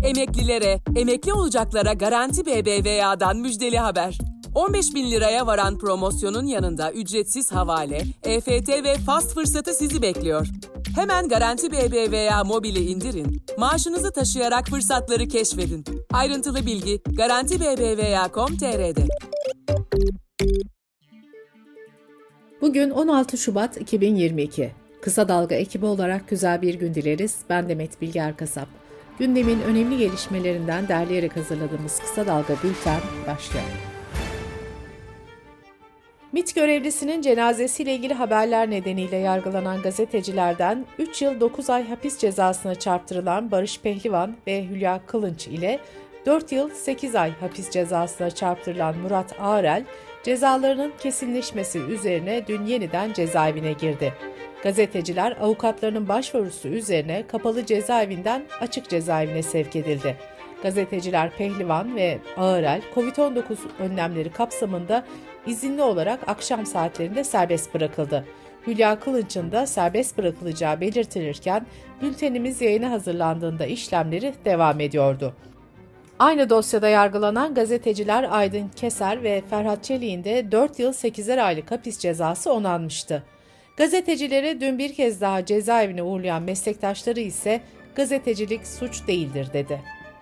Emeklilere, emekli olacaklara Garanti BBVA'dan müjdeli haber. 15.000 liraya varan promosyonun yanında ücretsiz havale, EFT ve fast fırsatı sizi bekliyor. Hemen Garanti BBVA mobili indirin, maaşınızı taşıyarak fırsatları keşfedin. Ayrıntılı bilgi garantibbva.com.tr'de. Bugün 16 Şubat 2022. Kısa Dalga ekibi olarak güzel bir gün dileriz. Ben Demet Bilge Erkasap. Gündemin önemli gelişmelerinden derleyerek hazırladığımız Kısa Dalga Bülten başlıyor. MİT görevlisinin cenazesiyle ilgili haberler nedeniyle yargılanan gazetecilerden 3 yıl 9 ay hapis cezasına çarptırılan Barış Pehlivan ve Hülya Kılınç ile 4 yıl 8 ay hapis cezasına çarptırılan Murat Ağrel, cezalarının kesinleşmesi üzerine dün yeniden cezaevine girdi. Gazeteciler avukatlarının başvurusu üzerine kapalı cezaevinden açık cezaevine sevk edildi. Gazeteciler Pehlivan ve Ağrel, Covid-19 önlemleri kapsamında izinli olarak akşam saatlerinde serbest bırakıldı. Hülya Kılınç'ın da serbest bırakılacağı belirtilirken bültenimiz yayına hazırlandığında işlemleri devam ediyordu. Aynı dosyada yargılanan gazeteciler Aydın Keser ve Ferhat Çelik'in de 4 yıl 8'er aylık hapis cezası onanmıştı. Gazetecileri dün bir kez daha cezaevine uğurlayan meslektaşları ise gazetecilik suç değildir dedi.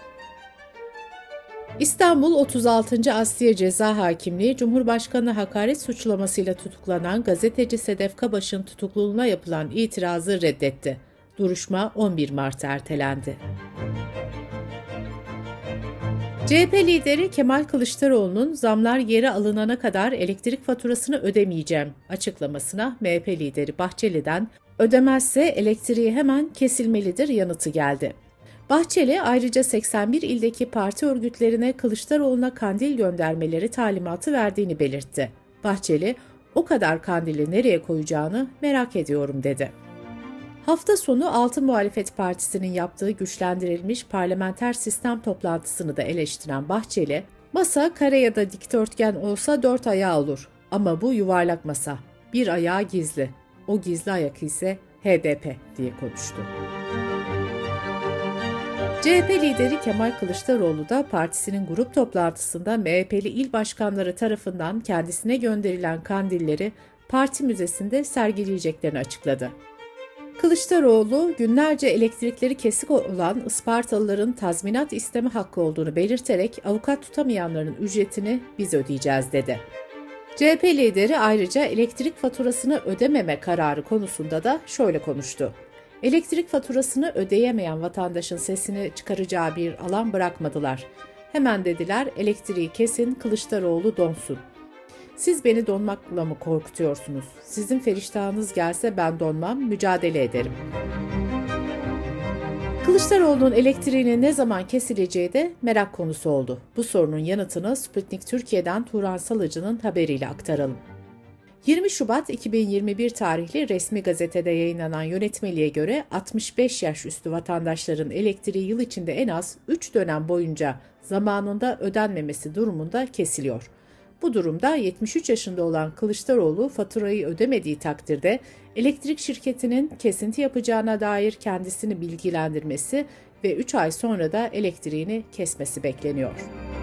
İstanbul 36. Asliye Ceza Hakimliği, Cumhurbaşkanı hakaret suçlamasıyla tutuklanan gazeteci Sedef Kabaş'ın tutukluluğuna yapılan itirazı reddetti. Duruşma 11 Mart'a ertelendi. CHP lideri Kemal Kılıçdaroğlu'nun zamlar geri alınana kadar elektrik faturasını ödemeyeceğim açıklamasına MHP lideri Bahçeli'den ödemezse elektriği hemen kesilmelidir yanıtı geldi. Bahçeli ayrıca 81 ildeki parti örgütlerine Kılıçdaroğlu'na kandil göndermeleri talimatı verdiğini belirtti. Bahçeli, o kadar kandili nereye koyacağını merak ediyorum dedi. Hafta sonu 6 muhalefet partisinin yaptığı güçlendirilmiş parlamenter sistem toplantısını da eleştiren Bahçeli, masa kare ya da dikdörtgen olsa 4 ayağı olur ama bu yuvarlak masa, bir ayağı gizli, o gizli ayak ise HDP diye konuştu. CHP lideri Kemal Kılıçdaroğlu da partisinin grup toplantısında MHP'li il başkanları tarafından kendisine gönderilen kandilleri parti müzesinde sergileyeceklerini açıkladı. Kılıçdaroğlu, günlerce elektrikleri kesik olan Ispartalıların tazminat isteme hakkı olduğunu belirterek avukat tutamayanların ücretini biz ödeyeceğiz dedi. CHP lideri ayrıca elektrik faturasını ödememe kararı konusunda da şöyle konuştu. Elektrik faturasını ödeyemeyen vatandaşın sesini çıkaracağı bir alan bırakmadılar. Hemen dediler elektriği kesin, Kılıçdaroğlu donsun. Siz beni donmakla mı korkutuyorsunuz? Sizin feriştahınız gelse ben donmam, mücadele ederim. Kılıçdaroğlu'nun elektriğinin ne zaman kesileceği de merak konusu oldu. Bu sorunun yanıtını Sputnik Türkiye'den Turan Salıcı'nın haberiyle aktaralım. 20 Şubat 2021 tarihli resmi gazetede yayınlanan yönetmeliğe göre 65 yaş üstü vatandaşların elektriği yıl içinde en az 3 dönem boyunca zamanında ödenmemesi durumunda kesiliyor. Bu durumda 73 yaşında olan Kılıçdaroğlu faturayı ödemediği takdirde elektrik şirketinin kesinti yapacağına dair kendisini bilgilendirmesi ve 3 ay sonra da elektriğini kesmesi bekleniyor.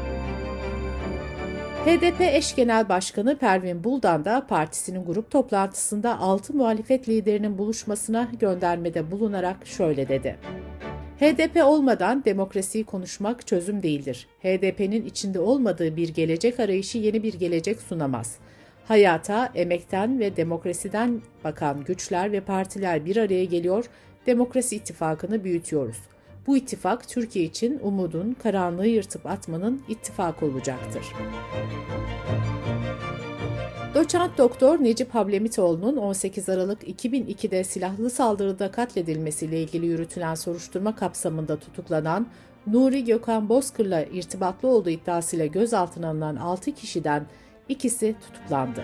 HDP eş genel başkanı Pervin Buldan da partisinin grup toplantısında 6 muhalefet liderinin buluşmasına göndermede bulunarak şöyle dedi. HDP olmadan demokrasiyi konuşmak çözüm değildir. HDP'nin içinde olmadığı bir gelecek arayışı yeni bir gelecek sunamaz. Hayata, emekten ve demokrasiden bakan güçler ve partiler bir araya geliyor, demokrasi ittifakını büyütüyoruz. Bu ittifak Türkiye için umudun, karanlığı yırtıp atmanın ittifakı olacaktır. Doçent Doktor Necip Hablemitoğlu'nun 18 Aralık 2002'de silahlı saldırıda katledilmesiyle ilgili yürütülen soruşturma kapsamında tutuklanan Nuri Gökhan Bozkır'la irtibatlı olduğu iddiasıyla gözaltına alınan 6 kişiden ikisi tutuklandı.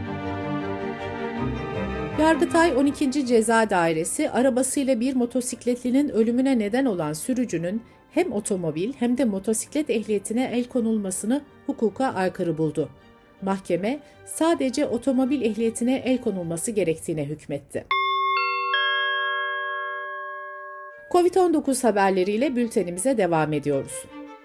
Yargıtay 12. Ceza Dairesi arabasıyla bir motosikletlinin ölümüne neden olan sürücünün hem otomobil hem de motosiklet ehliyetine el konulmasını hukuka aykırı buldu. Mahkeme sadece otomobil ehliyetine el konulması gerektiğine hükmetti. Covid-19 haberleriyle bültenimize devam ediyoruz.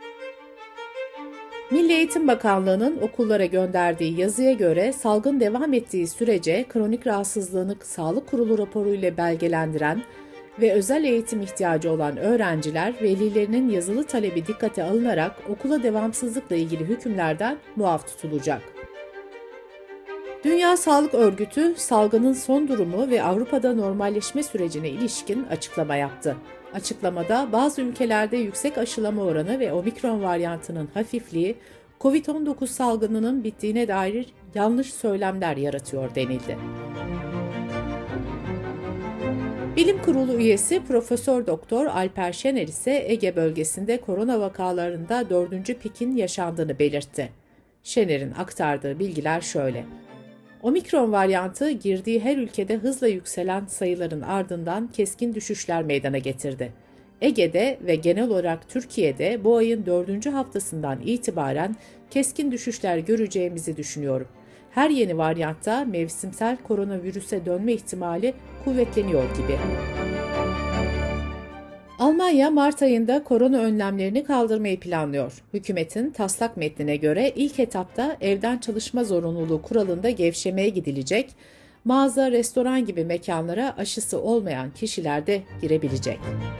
Milli Eğitim Bakanlığı'nın okullara gönderdiği yazıya göre salgın devam ettiği sürece kronik rahatsızlığını Sağlık Kurulu raporu ile belgelendiren ve özel eğitim ihtiyacı olan öğrenciler velilerinin yazılı talebi dikkate alınarak okula devamsızlıkla ilgili hükümlerden muaf tutulacak. Dünya Sağlık Örgütü, salgının son durumu ve Avrupa'da normalleşme sürecine ilişkin açıklama yaptı. Açıklamada bazı ülkelerde yüksek aşılama oranı ve omikron varyantının hafifliği, COVID-19 salgınının bittiğine dair yanlış söylemler yaratıyor denildi. Bilim Kurulu üyesi Profesör Doktor Alper Şener ise Ege bölgesinde korona vakalarında 4. pikin yaşandığını belirtti. Şener'in aktardığı bilgiler şöyle. Omikron varyantı girdiği her ülkede hızla yükselen sayıların ardından keskin düşüşler meydana getirdi. Ege'de ve genel olarak Türkiye'de bu ayın 4. haftasından itibaren keskin düşüşler göreceğimizi düşünüyorum. Her yeni varyantta mevsimsel koronavirüse dönme ihtimali kuvvetleniyor gibi. Almanya, Mart ayında korona önlemlerini kaldırmayı planlıyor. Hükümetin taslak metnine göre ilk etapta evden çalışma zorunluluğu kuralında gevşemeye gidilecek, mağaza, restoran gibi mekanlara aşısı olmayan kişiler de girebilecek.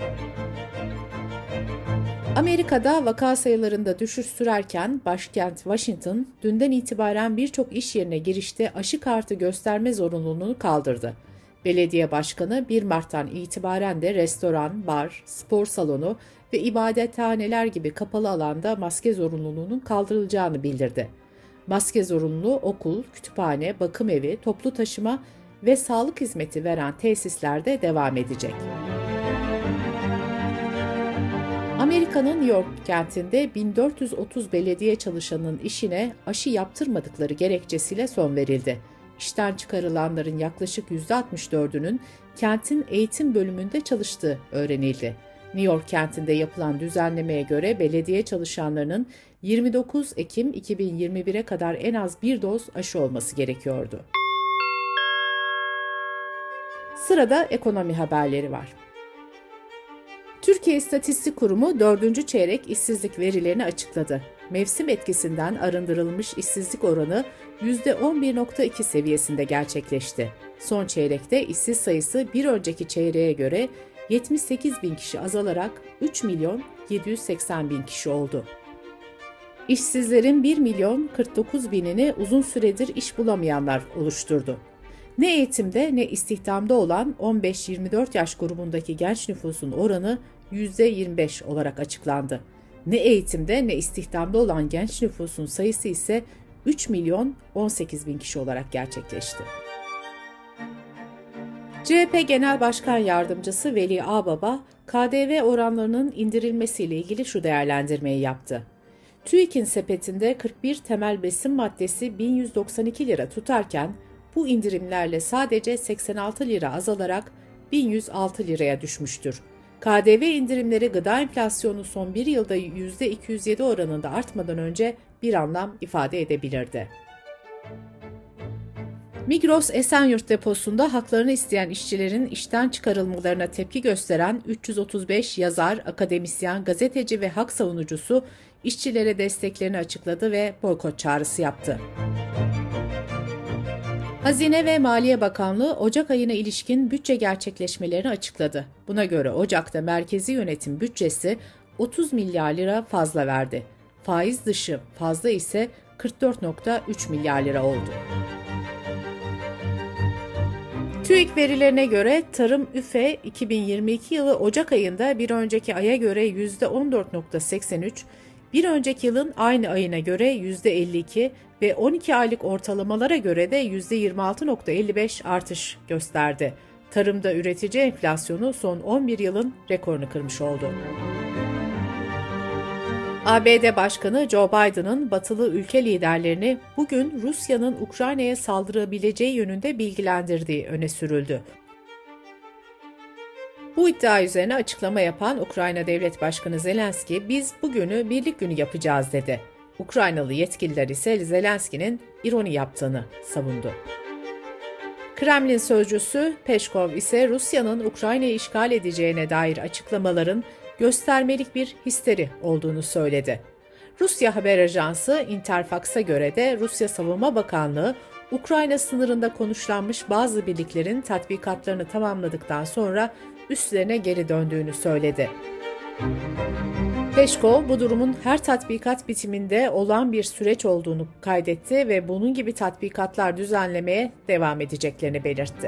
Amerika'da vaka sayılarında düşüş sürerken başkent Washington, dünden itibaren birçok iş yerine girişte aşı kartı gösterme zorunluluğunu kaldırdı. Belediye başkanı 1 Mart'tan itibaren de restoran, bar, spor salonu ve ibadethaneler gibi kapalı alanda maske zorunluluğunun kaldırılacağını bildirdi. Maske zorunluluğu okul, kütüphane, bakım evi, toplu taşıma ve sağlık hizmeti veren tesislerde devam edecek. Amerika'nın New York kentinde 1430 belediye çalışanının işine aşı yaptırmadıkları gerekçesiyle son verildi. İşten çıkarılanların yaklaşık %64'ünün kentin eğitim bölümünde çalıştığı öğrenildi. New York kentinde yapılan düzenlemeye göre belediye çalışanlarının 29 Ekim 2021'e kadar en az bir doz aşı olması gerekiyordu. Sırada ekonomi haberleri var. Türkiye İstatistik Kurumu 4. çeyrek işsizlik verilerini açıkladı. Mevsim etkisinden arındırılmış işsizlik oranı %11.2 seviyesinde gerçekleşti. Son çeyrekte işsiz sayısı bir önceki çeyreğe göre 78 bin kişi azalarak 3 milyon 780 bin kişi oldu. İşsizlerin 1 milyon 49 binini uzun süredir iş bulamayanlar oluşturdu. Ne eğitimde ne istihdamda olan 15-24 yaş grubundaki genç nüfusun oranı %25 olarak açıklandı. Ne eğitimde ne istihdamda olan genç nüfusun sayısı ise 3 milyon 18 bin kişi olarak gerçekleşti. CHP Genel Başkan Yardımcısı Veli Ağbaba, KDV oranlarının indirilmesiyle ilgili şu değerlendirmeyi yaptı. TÜİK'in sepetinde 41 temel besin maddesi 1192 lira tutarken, bu indirimlerle sadece 86 lira azalarak 1106 liraya düşmüştür. KDV indirimleri gıda enflasyonu son bir yılda %207 oranında artmadan önce bir anlam ifade edebilirdi. Migros Esenyurt deposunda haklarını isteyen işçilerin işten çıkarılmalarına tepki gösteren 335 yazar, akademisyen, gazeteci ve hak savunucusu işçilere desteklerini açıkladı ve boykot çağrısı yaptı. Hazine ve Maliye Bakanlığı Ocak ayına ilişkin bütçe gerçekleşmelerini açıkladı. Buna göre Ocak'ta merkezi yönetim bütçesi 30 milyar lira fazla verdi. Faiz dışı fazla ise 44,3 milyar lira oldu. TÜİK verilerine göre tarım üfe 2022 yılı Ocak ayında bir önceki aya göre %14,83, bir önceki yılın aynı ayına göre %52 ve 12 aylık ortalamalara göre de %26,55 artış gösterdi. Tarımda üretici enflasyonu son 11 yılın rekorunu kırmış oldu. ABD Başkanı Joe Biden'ın batılı ülke liderlerini bugün Rusya'nın Ukrayna'ya saldırabileceği yönünde bilgilendirdiği öne sürüldü. Bu iddia üzerine açıklama yapan Ukrayna Devlet Başkanı Zelenski, "Biz bugünü birlik günü yapacağız." dedi. Ukraynalı yetkililer ise Zelenski'nin ironi yaptığını savundu. Kremlin sözcüsü Peşkov ise Rusya'nın Ukrayna'yı işgal edeceğine dair açıklamaların göstermelik bir histeri olduğunu söyledi. Rusya haber ajansı Interfax'a göre de Rusya Savunma Bakanlığı, Ukrayna sınırında konuşlanmış bazı birliklerin tatbikatlarını tamamladıktan sonra üslerine geri döndüğünü söyledi. Peşkov, bu durumun her tatbikat bitiminde olan bir süreç olduğunu kaydetti ve bunun gibi tatbikatlar düzenlemeye devam edeceklerini belirtti.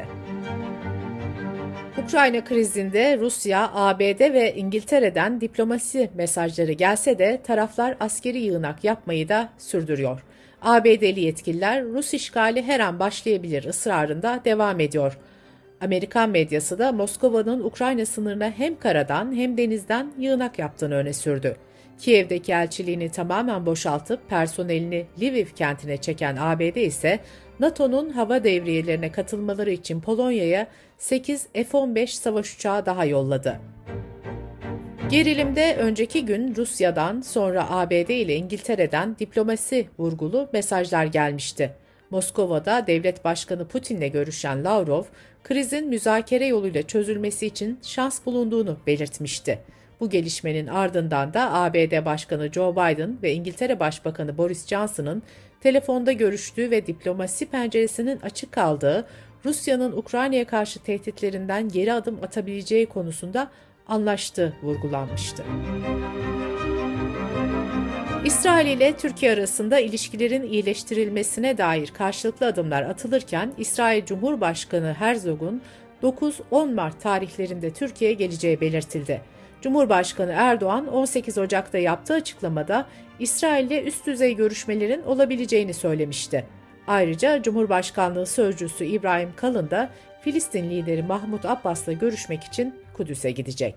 Ukrayna krizinde Rusya, ABD ve İngiltere'den diplomasi mesajları gelse de taraflar askeri yığınak yapmayı da sürdürüyor. ABD'li yetkililer Rus işgali her an başlayabilir ısrarında devam ediyor. Amerikan medyası da Moskova'nın Ukrayna sınırına hem karadan hem denizden yığınak yaptığını öne sürdü. Kiev'deki elçiliğini tamamen boşaltıp personelini Lviv kentine çeken ABD ise NATO'nun hava devriyelerine katılmaları için Polonya'ya 8 F-15 savaş uçağı daha yolladı. Gerilimde önceki gün Rusya'dan, sonra ABD ile İngiltere'den diplomasi vurgulu mesajlar gelmişti. Moskova'da Devlet Başkanı Putin'le görüşen Lavrov, krizin müzakere yoluyla çözülmesi için şans bulunduğunu belirtmişti. Bu gelişmenin ardından da ABD Başkanı Joe Biden ve İngiltere Başbakanı Boris Johnson'ın telefonda görüştüğü ve diplomasi penceresinin açık kaldığı, Rusya'nın Ukrayna'ya karşı tehditlerinden geri adım atabileceği konusunda anlaştığı vurgulanmıştı. İsrail ile Türkiye arasında ilişkilerin iyileştirilmesine dair karşılıklı adımlar atılırken, İsrail Cumhurbaşkanı Herzog'un 9-10 Mart tarihlerinde Türkiye'ye geleceği belirtildi. Cumhurbaşkanı Erdoğan 18 Ocak'ta yaptığı açıklamada İsrail ile üst düzey görüşmelerin olabileceğini söylemişti. Ayrıca Cumhurbaşkanlığı Sözcüsü İbrahim Kalın da Filistin lideri Mahmut Abbas'la görüşmek için Kudüs'e gidecek.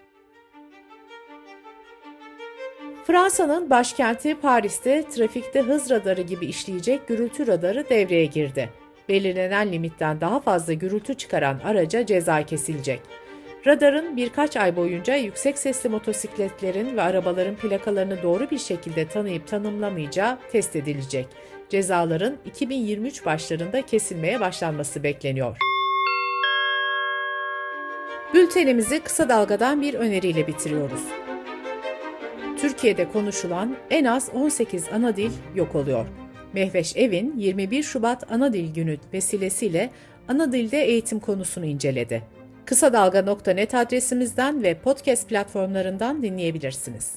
Fransa'nın başkenti Paris'te trafikte hız radarı gibi işleyecek gürültü radarı devreye girdi. Belirlenen limitten daha fazla gürültü çıkaran araca ceza kesilecek. Radarın birkaç ay boyunca yüksek sesli motosikletlerin ve arabaların plakalarını doğru bir şekilde tanıyıp tanımlamayacağı test edilecek. Cezaların 2023 başlarında kesilmeye başlanması bekleniyor. Bültenimizi kısa dalgadan bir öneriyle bitiriyoruz. Türkiye'de konuşulan en az 18 ana dil yok oluyor. Mehveş Evin 21 Şubat Ana Dil Günü vesilesiyle ana dilde eğitim konusunu inceledi. Kısadalga.net adresimizden ve podcast platformlarından dinleyebilirsiniz.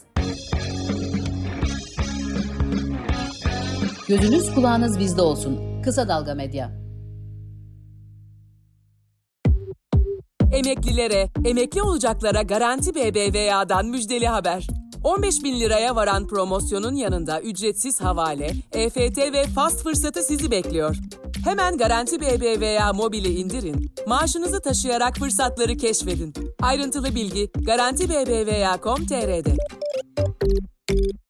Gözünüz kulağınız bizde olsun. Kısa Dalga Medya. Emeklilere, emekli olacaklara Garanti BBVA'dan müjdeli haber. 15.000 liraya varan promosyonun yanında ücretsiz havale, EFT ve fast fırsatı sizi bekliyor. Hemen Garanti BBVA mobili indirin, maaşınızı taşıyarak fırsatları keşfedin. Ayrıntılı bilgi garantibbva.com.tr'de.